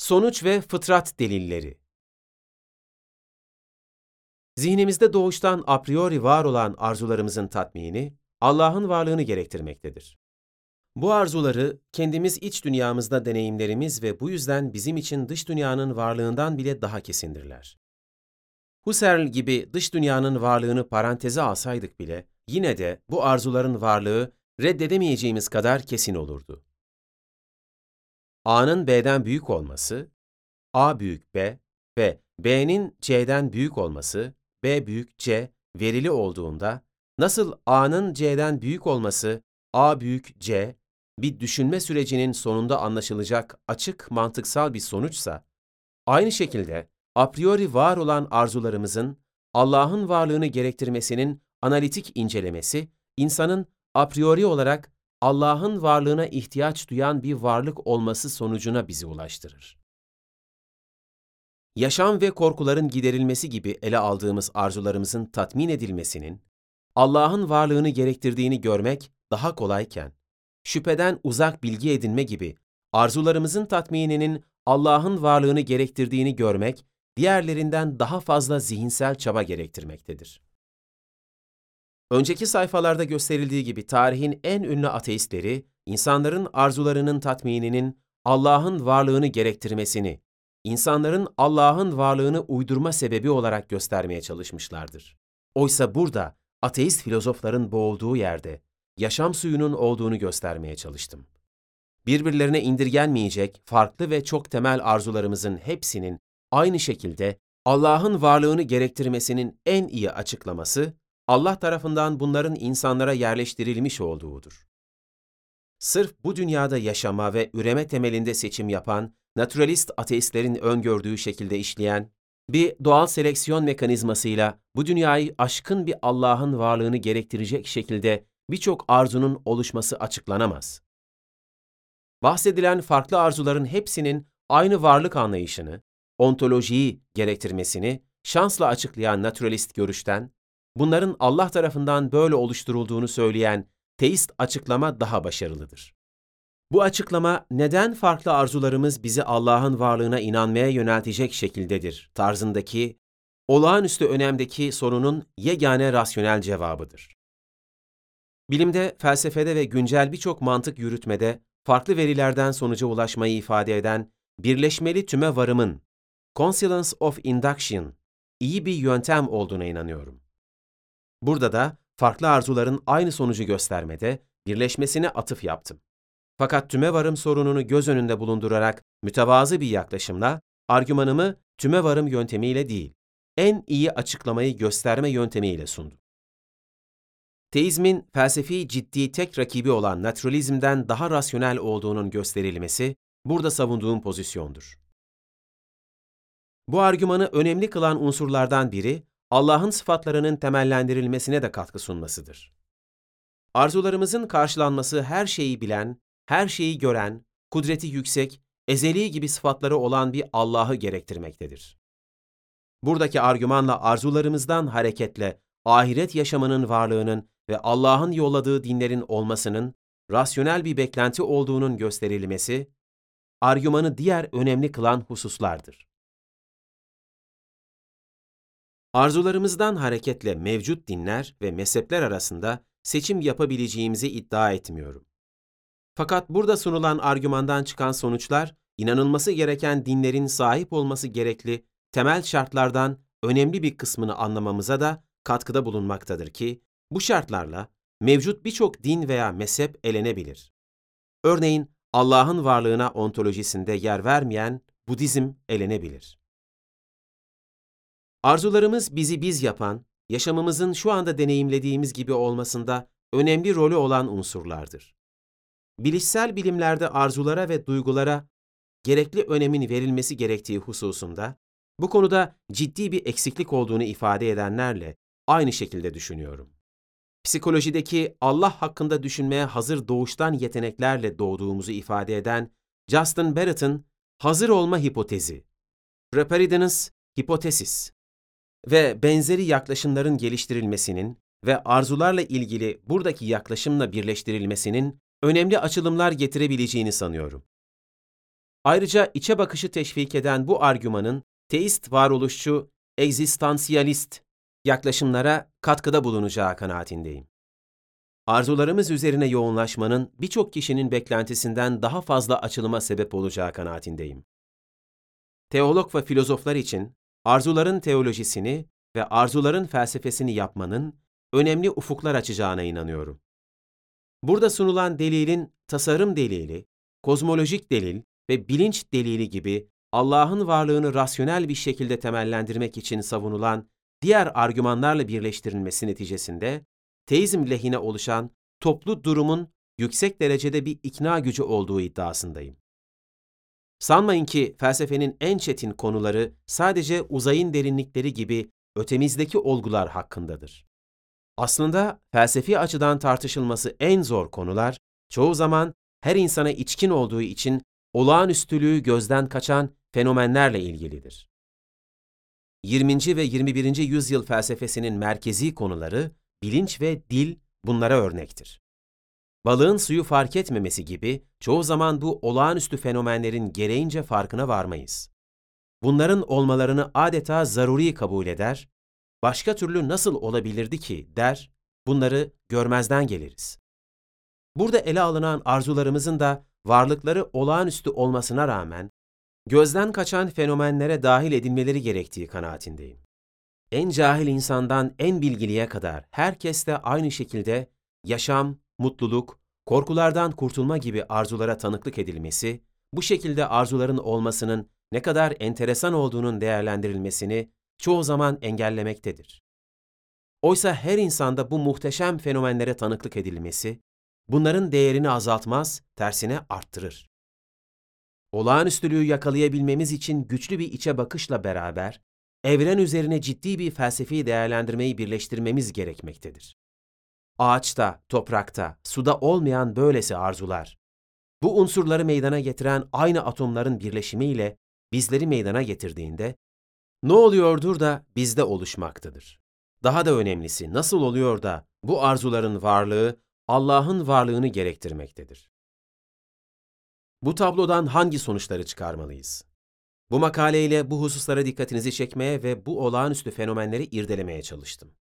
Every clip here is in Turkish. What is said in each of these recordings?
Sonuç ve fıtrat delilleri. Zihnimizde doğuştan a priori var olan arzularımızın tatmini, Allah'ın varlığını gerektirmektedir. Bu arzuları kendimiz iç dünyamızda deneyimlerimiz ve bu yüzden bizim için dış dünyanın varlığından bile daha kesindirler. Husserl gibi dış dünyanın varlığını paranteze alsaydık bile, yine de bu arzuların varlığı reddedemeyeceğimiz kadar kesin olurdu. A'nın B'den büyük olması, A büyük B ve B'nin C'den büyük olması, B büyük C verili olduğunda, nasıl A'nın C'den büyük olması, A büyük C, bir düşünme sürecinin sonunda anlaşılacak açık mantıksal bir sonuçsa, aynı şekilde a priori var olan arzularımızın Allah'ın varlığını gerektirmesinin analitik incelemesi, insanın a priori olarak Allah'ın varlığına ihtiyaç duyan bir varlık olması sonucuna bizi ulaştırır. Yaşam ve korkuların giderilmesi gibi ele aldığımız arzularımızın tatmin edilmesinin, Allah'ın varlığını gerektirdiğini görmek daha kolayken, şüpheden uzak bilgi edinme gibi arzularımızın tatmininin Allah'ın varlığını gerektirdiğini görmek, diğerlerinden daha fazla zihinsel çaba gerektirmektedir. Önceki sayfalarda gösterildiği gibi tarihin en ünlü ateistleri, insanların arzularının tatmininin Allah'ın varlığını gerektirmesini, insanların Allah'ın varlığını uydurma sebebi olarak göstermeye çalışmışlardır. Oysa burada ateist filozofların boğulduğu yerde yaşam suyunun olduğunu göstermeye çalıştım. Birbirlerine indirgenmeyecek farklı ve çok temel arzularımızın hepsinin aynı şekilde Allah'ın varlığını gerektirmesinin en iyi açıklaması, Allah tarafından bunların insanlara yerleştirilmiş olduğudur. Sırf bu dünyada yaşama ve üreme temelinde seçim yapan, naturalist ateistlerin öngördüğü şekilde işleyen, bir doğal seleksiyon mekanizmasıyla bu dünyayı aşkın bir Allah'ın varlığını gerektirecek şekilde birçok arzunun oluşması açıklanamaz. Bahsedilen farklı arzuların hepsinin aynı varlık anlayışını, ontolojiyi gerektirmesini şansla açıklayan naturalist görüşten, bunların Allah tarafından böyle oluşturulduğunu söyleyen teist açıklama daha başarılıdır. Bu açıklama neden farklı arzularımız bizi Allah'ın varlığına inanmaya yöneltecek şekildedir tarzındaki, olağanüstü önemdeki sorunun yegane rasyonel cevabıdır. Bilimde, felsefede ve güncel birçok mantık yürütmede farklı verilerden sonuca ulaşmayı ifade eden birleşmeli tüme varımın, Conscience of Induction, iyi bir yöntem olduğuna inanıyorum. Burada da farklı arzuların aynı sonucu göstermede birleşmesine atıf yaptım. Fakat tümevarım sorununu göz önünde bulundurarak mütevazı bir yaklaşımla argümanımı tümevarım yöntemiyle değil, en iyi açıklamayı gösterme yöntemiyle sundum. Teizmin felsefi ciddi tek rakibi olan naturalizmden daha rasyonel olduğunun gösterilmesi burada savunduğum pozisyondur. Bu argümanı önemli kılan unsurlardan biri, Allah'ın sıfatlarının temellendirilmesine de katkı sunmasıdır. Arzularımızın karşılanması her şeyi bilen, her şeyi gören, kudreti yüksek, ezeli gibi sıfatları olan bir Allah'ı gerektirmektedir. Buradaki argümanla arzularımızdan hareketle ahiret yaşamının varlığının ve Allah'ın yolladığı dinlerin olmasının rasyonel bir beklenti olduğunun gösterilmesi, argümanı diğer önemli kılan hususlardır. Arzularımızdan hareketle mevcut dinler ve mezhepler arasında seçim yapabileceğimizi iddia etmiyorum. Fakat burada sunulan argümandan çıkan sonuçlar, inanılması gereken dinlerin sahip olması gerekli temel şartlardan önemli bir kısmını anlamamıza da katkıda bulunmaktadır ki, bu şartlarla mevcut birçok din veya mezhep elenebilir. Örneğin, Allah'ın varlığına ontolojisinde yer vermeyen Budizm elenebilir. Arzularımız bizi biz yapan, yaşamımızın şu anda deneyimlediğimiz gibi olmasında önemli rolü olan unsurlardır. Bilişsel bilimlerde arzulara ve duygulara gerekli önemin verilmesi gerektiği hususunda, bu konuda ciddi bir eksiklik olduğunu ifade edenlerle aynı şekilde düşünüyorum. Psikolojideki Allah hakkında düşünmeye hazır doğuştan yeteneklerle doğduğumuzu ifade eden Justin Barrett'ın hazır olma hipotezi, preparedness hypothesis ve benzeri yaklaşımların geliştirilmesinin ve arzularla ilgili buradaki yaklaşımla birleştirilmesinin önemli açılımlar getirebileceğini sanıyorum. Ayrıca içe bakışı teşvik eden bu argümanın teist varoluşçu, egzistansiyalist yaklaşımlara katkıda bulunacağı kanaatindeyim. Arzularımız üzerine yoğunlaşmanın birçok kişinin beklentisinden daha fazla açılıma sebep olacağı kanaatindeyim. Teolog ve filozoflar için arzuların teolojisini ve arzuların felsefesini yapmanın önemli ufuklar açacağına inanıyorum. Burada sunulan delilin tasarım delili, kozmolojik delil ve bilinç delili gibi Allah'ın varlığını rasyonel bir şekilde temellendirmek için savunulan diğer argümanlarla birleştirilmesi neticesinde teizm lehine oluşan toplu durumun yüksek derecede bir ikna gücü olduğu iddiasındayım. Sanmayın ki felsefenin en çetin konuları sadece uzayın derinlikleri gibi ötemizdeki olgular hakkındadır. Aslında felsefi açıdan tartışılması en zor konular, çoğu zaman her insana içkin olduğu için olağanüstülüğü gözden kaçan fenomenlerle ilgilidir. 20. ve 21. yüzyıl felsefesinin merkezi konuları, bilinç ve dil bunlara örnektir. Balığın suyu fark etmemesi gibi çoğu zaman bu olağanüstü fenomenlerin gereğince farkına varmayız. Bunların olmalarını adeta zaruri kabul eder, başka türlü nasıl olabilirdi ki der, bunları görmezden geliriz. Burada ele alınan arzularımızın da varlıkları olağanüstü olmasına rağmen gözden kaçan fenomenlere dahil edilmeleri gerektiği kanaatindeyim. En cahil insandan en bilgiliye kadar herkes de aynı şekilde yaşam, mutluluk, korkulardan kurtulma gibi arzulara tanıklık edilmesi, bu şekilde arzuların olmasının ne kadar enteresan olduğunun değerlendirilmesini çoğu zaman engellemektedir. Oysa her insanda bu muhteşem fenomenlere tanıklık edilmesi, bunların değerini azaltmaz, tersine arttırır. Olağanüstülüğü yakalayabilmemiz için güçlü bir içe bakışla beraber, evren üzerine ciddi bir felsefi değerlendirmeyi birleştirmemiz gerekmektedir. Ağaçta, toprakta, suda olmayan böylesi arzular, bu unsurları meydana getiren aynı atomların birleşimiyle bizleri meydana getirdiğinde, ne oluyordur da bizde oluşmaktadır. Daha da önemlisi nasıl oluyor da bu arzuların varlığı Allah'ın varlığını gerektirmektedir. Bu tablodan hangi sonuçları çıkarmalıyız? Bu makaleyle bu hususlara dikkatinizi çekmeye ve bu olağanüstü fenomenleri irdelemeye çalıştım.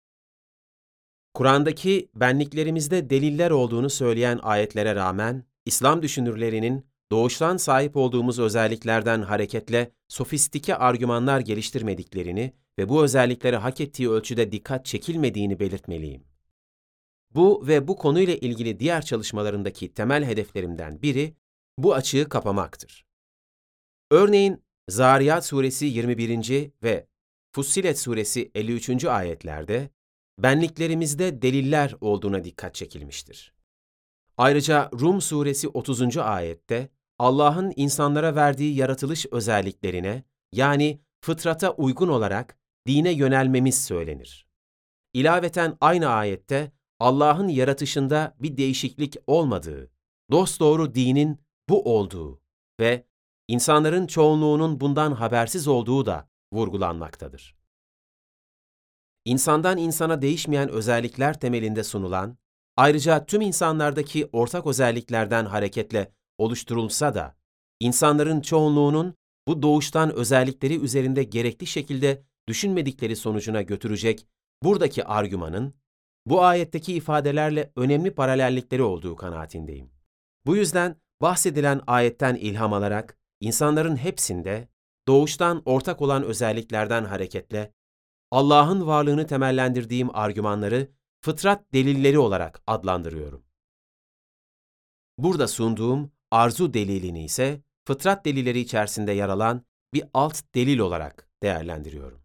Kur'an'daki benliklerimizde deliller olduğunu söyleyen ayetlere rağmen, İslam düşünürlerinin doğuştan sahip olduğumuz özelliklerden hareketle sofistike argümanlar geliştirmediklerini ve bu özelliklere hak ettiği ölçüde dikkat çekilmediğini belirtmeliyim. Bu ve bu konuyla ilgili diğer çalışmalarındaki temel hedeflerimden biri bu açığı kapamaktır. Örneğin Zariyat suresi 21. ve Fussilet suresi 53. ayetlerde benliklerimizde deliller olduğuna dikkat çekilmiştir. Ayrıca Rum suresi 30. ayette Allah'ın insanlara verdiği yaratılış özelliklerine, yani fıtrata uygun olarak dine yönelmemiz söylenir. İlaveten aynı ayette Allah'ın yaratışında bir değişiklik olmadığı, dosdoğru dinin bu olduğu ve insanların çoğunluğunun bundan habersiz olduğu da vurgulanmaktadır. İnsandan insana değişmeyen özellikler temelinde sunulan, ayrıca tüm insanlardaki ortak özelliklerden hareketle oluşturulsa da, insanların çoğunluğunun bu doğuştan özellikleri üzerinde gerekli şekilde düşünmedikleri sonucuna götürecek buradaki argümanın, bu ayetteki ifadelerle önemli paralellikleri olduğu kanaatindeyim. Bu yüzden bahsedilen ayetten ilham alarak, insanların hepsinde doğuştan ortak olan özelliklerden hareketle, Allah'ın varlığını temellendirdiğim argümanları fıtrat delilleri olarak adlandırıyorum. Burada sunduğum arzu delilini ise fıtrat delilleri içerisinde yer alan bir alt delil olarak değerlendiriyorum.